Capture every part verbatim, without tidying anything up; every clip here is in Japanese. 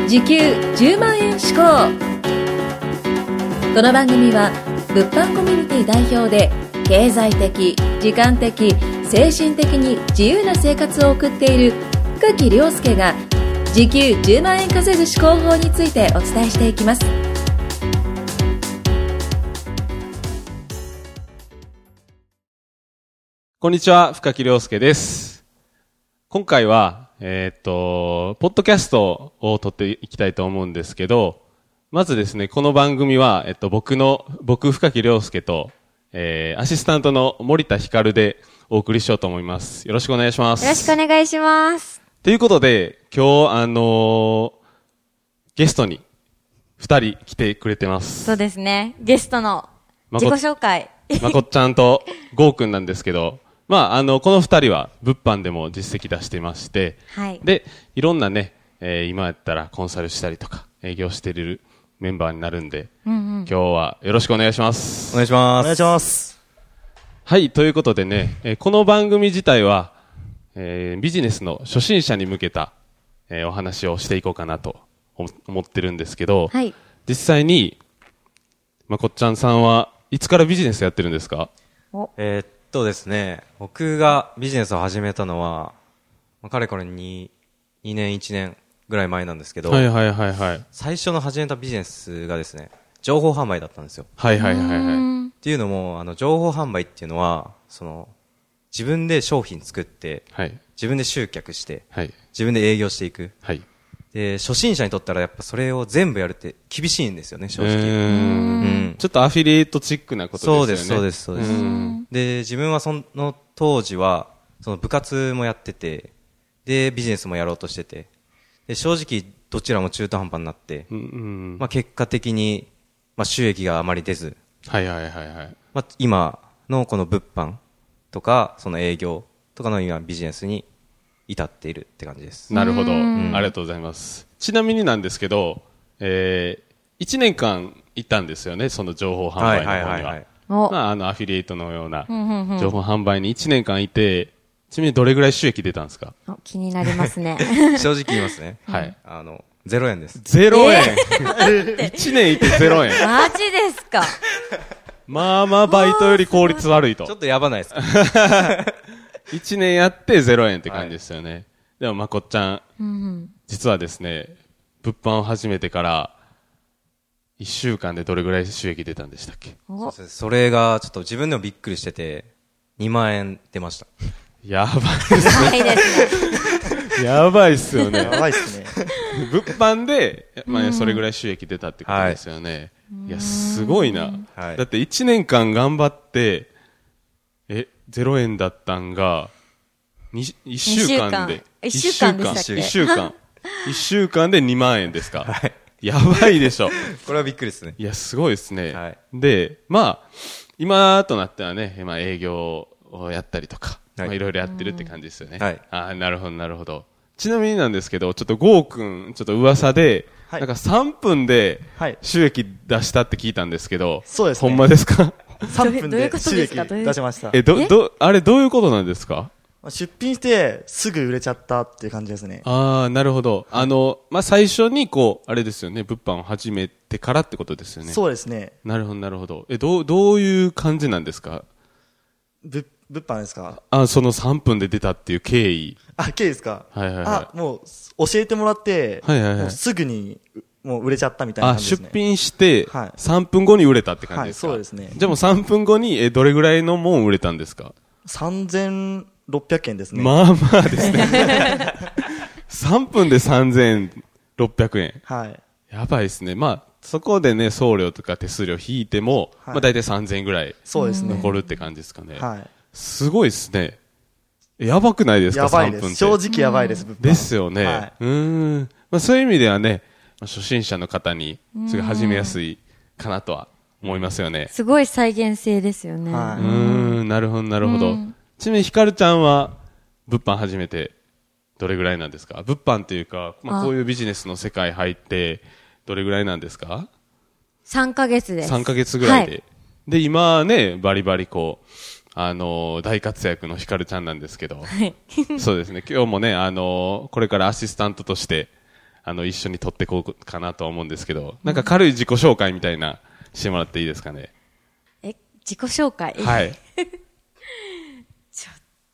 時給じゅうまんえん志向。この番組は物販コミュニティ代表で経済的、時間的、精神的に自由な生活を送っている深木亮介が時給じゅうまんえん稼ぐ思考法についてお伝えしていきます。 こんにちは、深木亮介です。今回は、えーっと、ポッドキャストを撮っていきたいと思うんですけど、まずですね、この番組は、えっと、僕の、僕、深木亮介と、えー、アシスタントの森田光でお送りしようと思います。よろしくお願いします。 よろしくお願いします。 ということで、今日、あのー、ゲストに二人来てくれてます。 そうですね。ゲストの自己紹介。 まこっちゃんとゴーくんなんですけど、まあ、あの、この二人は物販でも実績出してまして、 はい。 で、いろんなね、えー、今やったらコンサルしたりとか、営業してるメンバーになるんで、 うんうん、 今日はよろしくお願いします。 お願いします。 お願いします。 はい、ということでね、えー、この番組自体は、えー、ビジネスの初心者に向けた、えー、お話をしていこうかなと思ってるんですけど、 はい、 実際に、まこっちゃんさんはいつからビジネスやってるんですか？ おえー、っとですね、僕がビジネスを始めたのは、まあ、かれこれ 2, 2年いちねんぐらい前なんですけど、 はいはいはいはい。 最初の始めたビジネスがですね、情報販売だったんですよ。 はいはいはいはい。 っていうのも、あの、情報販売っていうのは、その、自分で商品作って、 はい、 自分で集客して、 はい、 自分で営業していく。 はい、 で、初心者にとったらやっぱそれを全部やるって厳しいんですよね、正直。 うーんうん、 ちょっとアフィリエイトチックなことですよね。 そうです、そうです、そうです。で、自分はその当時は、その部活もやってて、で、ビジネスもやろうとしてて、で、正直どちらも中途半端になって、 うんうん、 まあ結果的に、まあ収益があまり出ず、 はいはいはいはい。 まあ今のこの物販とか、その営業とかの今ビジネスに至っているって感じです。 なるほど。ありがとうございます。ちなみになんですけど、えー、いちねんかん行ったんですよね、その情報販売の方には。はいはいはいはい、まあ、あの、アフィリエイトのような情報販売にいちねんかんいて、ちなみにどれぐらい収益出たんですか？ 気になりますね。 正直言いますね。 はい。 あの、ゼロえんです。 ゼロえん、えー、いちねんいてゼロえん。 マジですか？ まあまあバイトより効率悪いと。 ちょっとやばないですか？ いちねんやってゼロえんって感じですよね。はい、でもまこっちゃん、 うん、 実はですね、物販を始めてからいっしゅうかんでどれぐらい収益出たんでしたっけ？ そうですね。それがちょっと自分でもびっくりしてて、にまんえん出ました。 やばいですね。 ですね。 やばいっすよね。 やばいっすね。 物販で、まあ、それぐらい収益出たってことですよね。はい、いや、すごいな。はい、だっていちねんかん頑張って、え、ゼロえんだったんが、にいっしゅうかんで。 いっしゅうかんでしたっけ？ いっしゅうかん。いっしゅうかんでにまんえんですか？ はい。 やばいでしょ。 これはびっくりですね。 いや、すごいですね。 はい。 で、まあ、今となってはね、まあ営業をやったりとか、はい、まあいろいろやってるって感じですよね。はい。ああ、なるほど、なるほど。ちなみになんですけど、ちょっとゴーくん、ちょっと噂で、はい、なんかさんぷんで収益出したって聞いたんですけど、 そうですね。 ほんまですか？ さんぷんで収益出しました。 え、ど、ど、あれどういうことなんですか？ 出品してすぐ売れちゃったっていう感じですね。 ああ、なるほど。あの、まあ、最初にこう、あれですよね、物販を始めてからってことですよね。 そうですね。 なるほど、なるほど。え、どう、どういう感じなんですか？ ぶ、物販ですか？ あ、そのさんぷんで出たっていう経緯。 あ、経緯ですか？ はいはいはい。 あ、もう、教えてもらって、 はいはいはい。 すぐに、もう売れちゃったみたいな感じですね。 あ、出品して、さんぷんごに売れたって感じですか？ はい、そうですね。 じゃあもうさんぷんごに、え、どれぐらいのもん売れたんですか？ さんぜんろっぴゃくえんですね。 まあまあですね。さんぷんでさんぜんろっぴゃくえん。 はい。 やばいですね。まあ、そこでね、送料とか手数料引いても、はい、まあ大体さんぜんえんぐらい。そうですね。残るって感じですかね。はい。すごいですね。やばくないですか？ やばいです。さんぷんって。正直やばいです。 ですよね。はい、うーん。まあそういう意味ではね、初心者の方に、すぐ始めやすいかなとは思いますよね。 すごい再現性ですよね。 はい、うーん、なるほど、なるほど。ちなみにひかるちゃんは物販始めてどれぐらいなんですか？物販っていうか、まあ、こういうビジネスの世界入ってどれぐらいなんですか？ さんかげつです。 さんかげつぐらいで。はい、で、今ね、バリバリこう、あのー、大活躍のひかるちゃんなんですけど、はい、そうですね、今日もね、あのー、これからアシスタントとして、 あの、一緒に撮っていこうかなとは思うんですけど、なんか軽い自己紹介みたいな、してもらっていいですかね。 え、自己紹介はい。 ちょ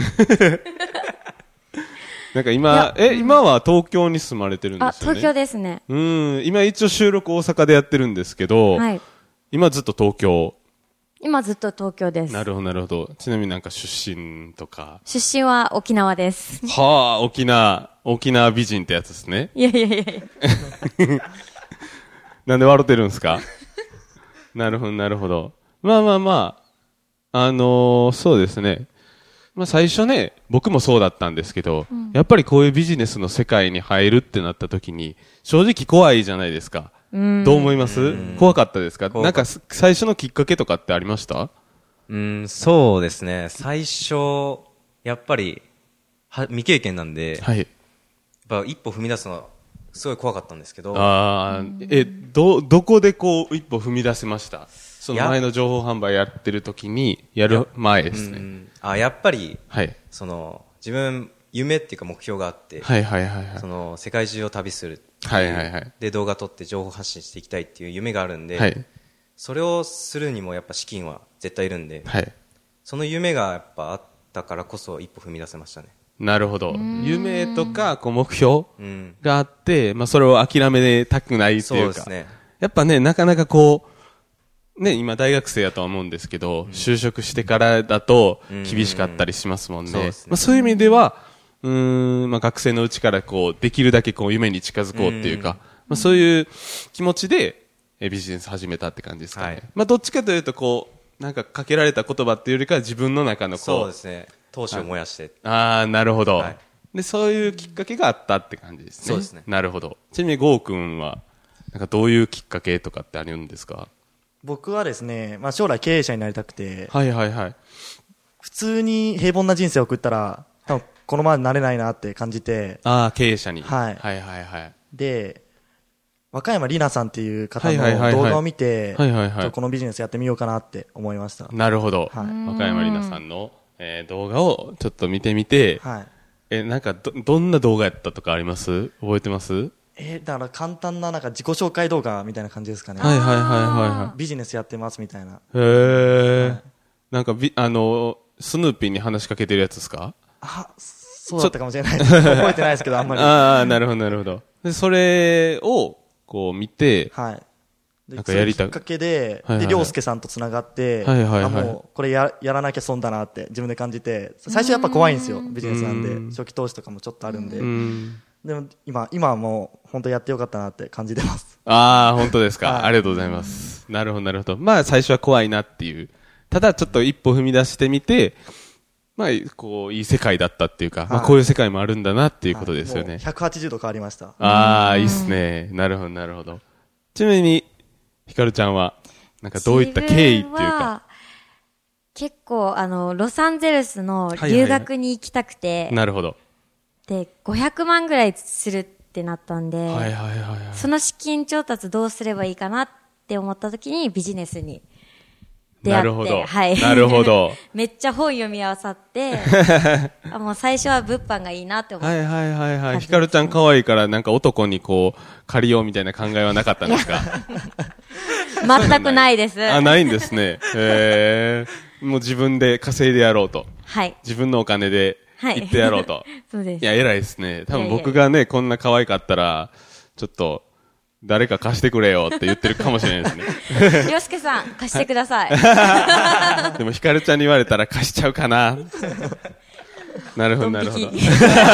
なんか今、え、今は東京に住まれてるんですよね。 あ、東京ですね。 うん、今一応収録大阪でやってるんですけど、 はい。 今ずっと東京。 今ずっと東京です。 なるほど、なるほど。ちなみになんか出身とか。 出身は沖縄です。 はあ、沖縄、沖縄美人ってやつですね。 いやいやいやいや。 なんで笑ってるんですか？なるほど、なるほど。まあまあまあ、あのー、そうですね。まあ最初ね、僕もそうだったんですけど、うん、やっぱりこういうビジネスの世界に入るってなった時に、正直怖いじゃないですか。うん、どう思います？怖かったですか？なんか最初のきっかけとかってありました？ うん、そうですね。最初、やっぱり、は未経験なんで、はい。やっぱ一歩踏み出すのは、すごい怖かったんですけど。 ああ、え、ど、どこでこう、一歩踏み出せました？その前の情報販売やってる時に、やる前ですね。うん、 あ、やっぱり、 はい。 その、自分、夢っていうか目標があって、 はいはいはい、はい。 その、世界中を旅する。 はいはいはい。 で、動画撮って情報発信していきたいっていう夢があるんで、はい。それをするにもやっぱ資金は絶対いるんで、はい。その夢がやっぱあったからこそ一歩踏み出せましたね。 なるほど。夢とか、こう目標があって、まあそれを諦めたくないっていうか。そうですね。やっぱね、なかなかこう、ね、今大学生やとは思うんですけど、うん、就職してからだと厳しかったりしますもんね。そうですね。まあそういう意味では、うーん、まあ学生のうちからこう、できるだけこう夢に近づこうっていうか、まあそういう気持ちでビジネス始めたって感じですかね。はい、まあどっちかというとこう、なんかかけられた言葉っていうよりかは自分の中のこう。 そうですね。闘志を燃やして。 ああ、なるほど、はい。で、そういうきっかけがあったって感じですね。 そうですね。 なるほど。ちなみにゴーくんは、なんかどういうきっかけとかってあるんですか？ 僕はですね、まあ将来経営者になりたくて。 はいはいはい。 普通に平凡な人生を送ったら、多分このままになれないなって感じて。 ああ、経営者に。 はい。 はいはいはい。 で、若山里奈さんっていう方の動画を見て、このビジネスやってみようかなって思いました。 なるほど。はい、若山里奈さんの、えー、動画をちょっと見てみて、はい、え、なんかど、どんな動画やったとかあります？覚えてます？ えー、だから簡単ななんか自己紹介動画みたいな感じですかね。 はいはいはいはいはい。 ビジネスやってますみたいな。 へー。はい、なんかビ、あの、スヌーピーに話しかけてるやつですか？ あ、そうだったかもしれないです。覚えてないですけど、あんまり。 ああ、なるほどなるほど。で、それを、こう見て、 はい。 なんかやりたきっかけで、はいはいはい、で、りょうすけさんと繋がって、 はいはいはい、あ、 もう、これや、やらなきゃ損だなって自分で感じて、最初やっぱ怖いんですよ、ビジネスなんで。初期投資とかもちょっとあるんで。んでも、今、今はもう、本当やってよかったなって感じてます。 ああ、本当ですか、はい。ありがとうございます。なるほど、なるほど。まあ、最初は怖いなっていう。ただ、ちょっと一歩踏み出してみて、まあ、こう、いい世界だったっていうか、はい、まあ、こういう世界もあるんだなっていうことですよね。 はい、ひゃくはちじゅうど変わりました。 ああ、いいっすね。なるほど、なるほど。ちなみに、ひかるちゃんは、なんかどういった経緯っていうか。 結構、あの、ロサンゼルスの留学に行きたくて。はいはいはい、 なるほど。 で、ごひゃくまんぐらいするってなったんで、 はいはいはいはい、 その資金調達どうすればいいかなって思った時にビジネスに出会って。なるほど。はい。 なるほど。 めっちゃ本読み合わさって、あ、もう最初は物販がいいなって思って。 はいはいはいはい。ひかるちゃん可愛いからなんか男にこう、借りようみたいな考えはなかったんですか？ 全くないです。 あ、ないんですね。へー。もう自分で稼いでやろうと。 はい。 自分のお金で行ってやろうと。はい、 そうです。 いや、偉いですね。多分僕がね、こんな可愛かったら、ちょっと、誰か貸してくれよって言ってるかもしれないですね。 りょうすけさん、貸してください。 でも、ひかるちゃんに言われたら貸しちゃうかな。なるほど、なるほど。 自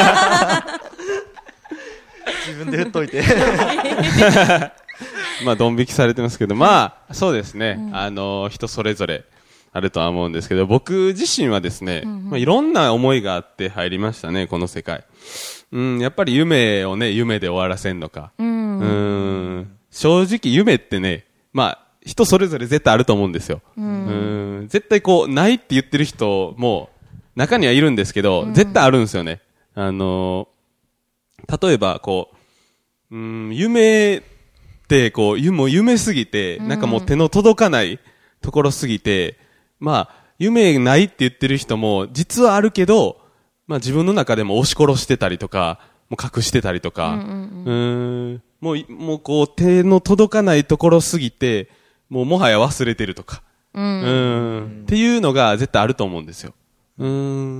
分で振っといて。 まあ、ドン引きされてますけど、まあ、そうですね。うん、あの、人それぞれあるとは思うんですけど、僕自身はですね、うんうん、まあ、いろんな思いがあって入りましたね、この世界。うん、やっぱり夢をね、夢で終わらせんのか。うん、うん正直夢ってね、まあ、人それぞれ絶対あると思うんですよ。うん、うん絶対こう、ないって言ってる人も、中にはいるんですけど、うん、絶対あるんですよね。あのー、例えば、こう、うん、夢って、こう、もう夢すぎて、なんかもう手の届かないところすぎて、まあ、夢ないって言ってる人も、実はあるけど、まあ自分の中でも押し殺してたりとか、 もう隠してたりとか、うんうんうん、うーんもう、もうこう手の届かないところすぎて、もうもはや忘れてるとか、うん、うんっていうのが絶対あると思うんですよ。うん。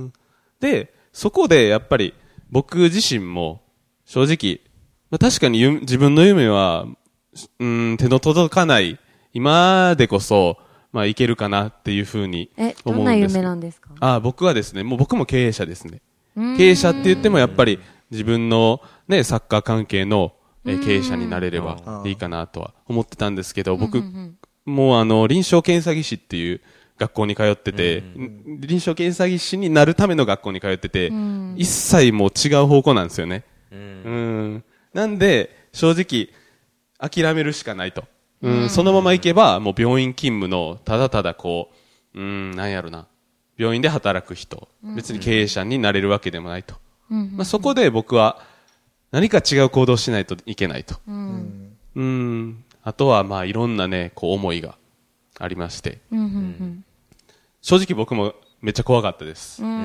で、そこでやっぱり僕自身も正直、まあ、確かに自分の夢は、うん、手の届かない、今でこそ、まあいけるかなっていうふうに思うんです。 え、どんな夢なんですか？ あ、僕はですね、もう僕も経営者ですね。経営者って言ってもやっぱり自分のね、サッカー関係の経営者になれればいいかなとは思ってたんですけど、僕、もうあの、臨床検査技師っていう学校に通ってて、臨床検査技師になるための学校に通ってて、一切もう違う方向なんですよね。うん。なんで、正直、諦めるしかないと。うん、そのまま行けば、もう病院勤務の、ただただこう、うん、なんやろな。病院で働く人、別に経営者になれるわけでもないと。まあ、そこで僕は、何か違う行動をしないといけないと。うん。うん。あとは、まあ、いろんなね、こう、思いがありまして。うんうんうん、正直僕もめっちゃ怖かったです。うん。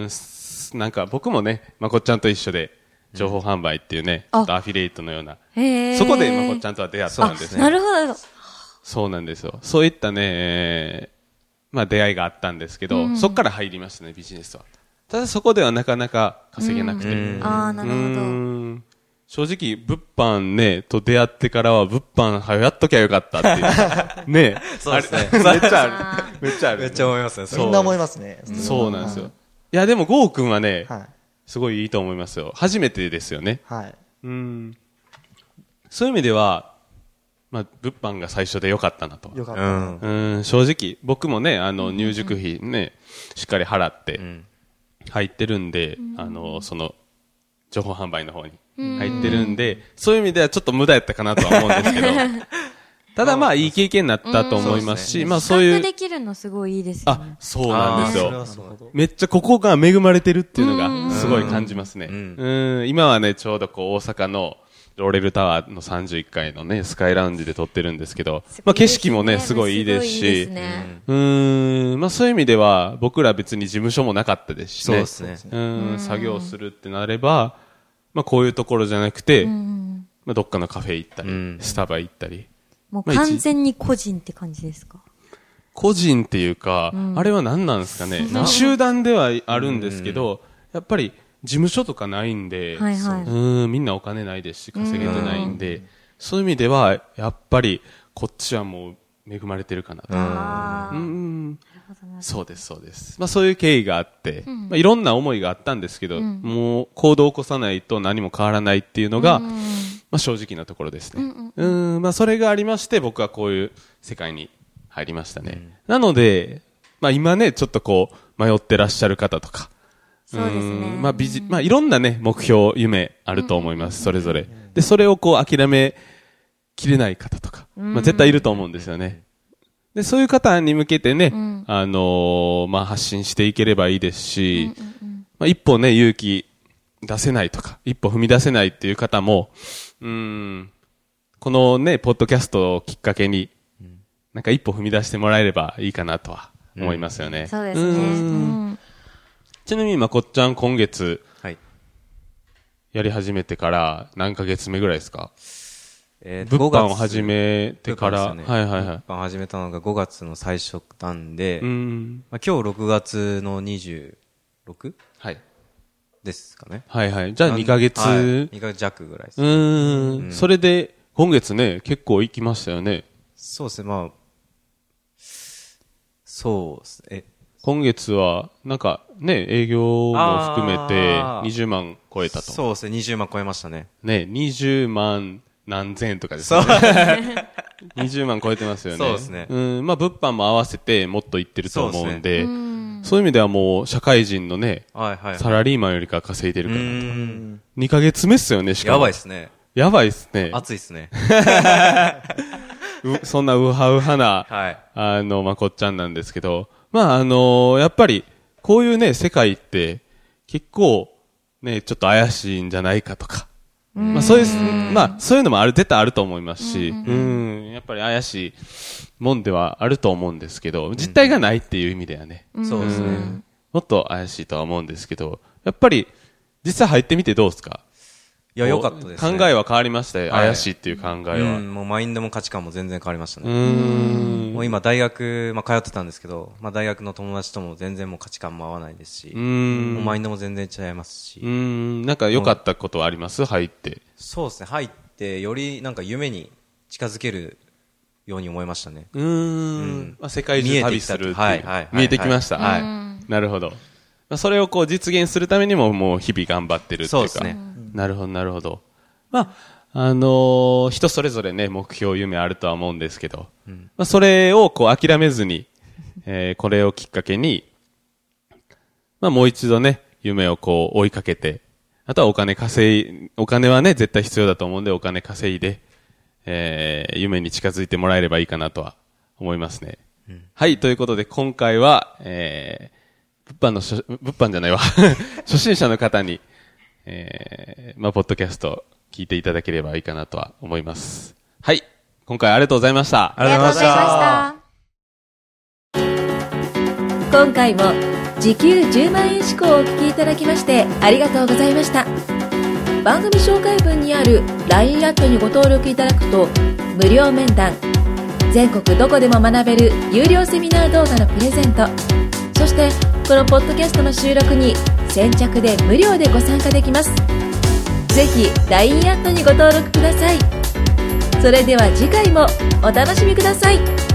うん。なんか僕もね、まこっちゃんと一緒で、情報販売っていうね、ちょっとアフィリエイトのような。そこでまこっちゃんとは出会ったんですね。 なるほど。 そうなんですよ。そういったね、えー、まあ出会いがあったんですけど、うん、そこから入りましたね、ビジネスは。ただそこではなかなか稼げなくて。うん、 ああ、なるほど。 正直、物販ね、と出会ってからは、物販はやっときゃよかったっていう。ねそうですね。 めっちゃある。めっちゃある。 めっちゃ思いますね。 みんな思いますね。 そうなんですよ。いや、でも、ゴーくんはね、はい、すごいいいと思いますよ。初めてですよね。はい。うん。そういう意味では、まあ、物販が最初でよかったなと。 よかった。 うん、正直、僕もね、あの、入塾費ね、しっかり払って、入ってるんで、あの、その、情報販売の方に入ってるんで、そういう意味ではちょっと無駄やったかなとは思うんですけど、ただまあいい経験になったと思いますし、まあそういう。 できるのすごいいいですよね。 あ、そうなんですよ。めっちゃここが恵まれてるっていうのがすごい感じますね。うん、今はね、ちょうどこう大阪のローレルタワーのさんじゅういっかいのね、スカイラウンジで撮ってるんですけど、まあ景色もね、すごいいいですし、うん、まあそういう意味では僕ら別に事務所もなかったですしね。 そうですね。 うん、作業するってなれば、まあこういうところじゃなくて、まあどっかのカフェ行ったり、スタバ行ったり。 もう完全に個人って感じですか？ 個人っていうか、あれは何なんですかね。集団ではあるんですけど、やっぱり、事務所とかないんで、はいはい、うんみんなお金ないですし稼げてないんで、んそういう意味ではやっぱりこっちはもう恵まれてるかなと。あうんそうですそうです。まあそういう経緯があって、うんまあ、いろんな思いがあったんですけど、うん、もう行動を起こさないと何も変わらないっていうのが、うんまあ正直なところですね。うんうん、うんまあそれがありまして僕はこういう世界に入りましたね。うん、なので、まあ今ねちょっとこう迷ってらっしゃる方とか。 そうですね。 まあ、ビジ、まあ、いろんなね、目標、夢あると思います、それぞれ。で、それをこう、諦めきれない方とか、まあ、絶対いると思うんですよね。で、そういう方に向けてね、あのー、まあ、発信していければいいですし、まあ、一歩ね、勇気出せないとか、一歩踏み出せないっていう方も、うん、このね、ポッドキャストをきっかけに、なんか一歩踏み出してもらえればいいかなとは思いますよね。 うん、そうですね。うんちなみにまこっちゃん今月やり始めてから何ヶ月目ぐらいですか？えー、物販を始めてから、 ね、はいはいはい。物販を始めたのがごがつの最初なんで、うんまあ、今日ろくがつのにじゅうろく？はい。ですかね。 はいはい。じゃあにかげつ、はい、 にかげつ弱ぐらいです、ね。 うーんうん。それで今月ね、結構行きましたよね。 そうですね、まあ、そうですね。 今月は、なんかね、営業も含めてにじゅうまん超えたと。 そうですね、にじゅうまん超えましたね。 ね、にじゅうまん何千円とかですね。にじゅうまん超えてますよね。 そうですね。 うん、まあ物販も合わせてもっといってると思うんで、そうですね、そういう意味ではもう社会人のね、はいはいはい、サラリーマンよりか稼いでるかなと。にかげつめっすよね、しかも。 やばいっすね。 やばいっすね。 熱いっすね。 そんなウハウハな、はい、あの、まこっちゃんなんですけど、まああのー、やっぱり、こういうね、世界って、結構、ね、ちょっと怪しいんじゃないかとか。まあそういう、まあそういうのもある、絶対あると思いますし、うん、やっぱり怪しいもんではあると思うんですけど、実態がないっていう意味ではね。 そうですね。 もっと怪しいとは思うんですけど、やっぱり、 実際入ってみてどうですか？ いや、良かったですね。 考えは変わりましたよ。怪しいっていう考えは。うん、 もうマインドも価値観も全然変わりましたね。うん。もう今大学、まあ通ってたんですけど、まあ大学の友達とも全然もう価値観も合わないですし、うん。もうマインドも全然違いますし。 うん。なんか良かったことはあります？入って。 そうですね。入って、よりなんか夢に近づけるように思いましたね。 うん。うん。まあ、世界中旅するっていう。はい、はい。見えてきました。はい。はい、なるほど。まあ、それをこう実現するためにももう日々頑張ってるっていうか。そうですね。なるほど、なるほど。まあ、あのー、人それぞれね、目標、夢あるとは思うんですけど、うん、まあ、それをこう諦めずに、えー、これをきっかけに、まあ、もう一度ね、夢をこう追いかけて、あとはお金稼い、お金はね、絶対必要だと思うんで、お金稼いで、えー、夢に近づいてもらえればいいかなとは思いますね。うん、はい、ということで今回は、えー、物販の初、物販じゃないわ。初心者の方に、えー、まあ、ポッドキャスト聞いていただければいいかなとは思います。はい。今回ありがとうございました。 ありがとうございました。今回も時給じゅうまんえん志向をお聞きいただきましてありがとうございました。番組紹介文にある ライン アットにご登録いただくと無料面談、全国どこでも学べる有料セミナー動画のプレゼント、そしてこのポッドキャストの収録に先着で無料でご参加できます。ぜひ ライン アットにご登録ください。それでは次回もお楽しみください。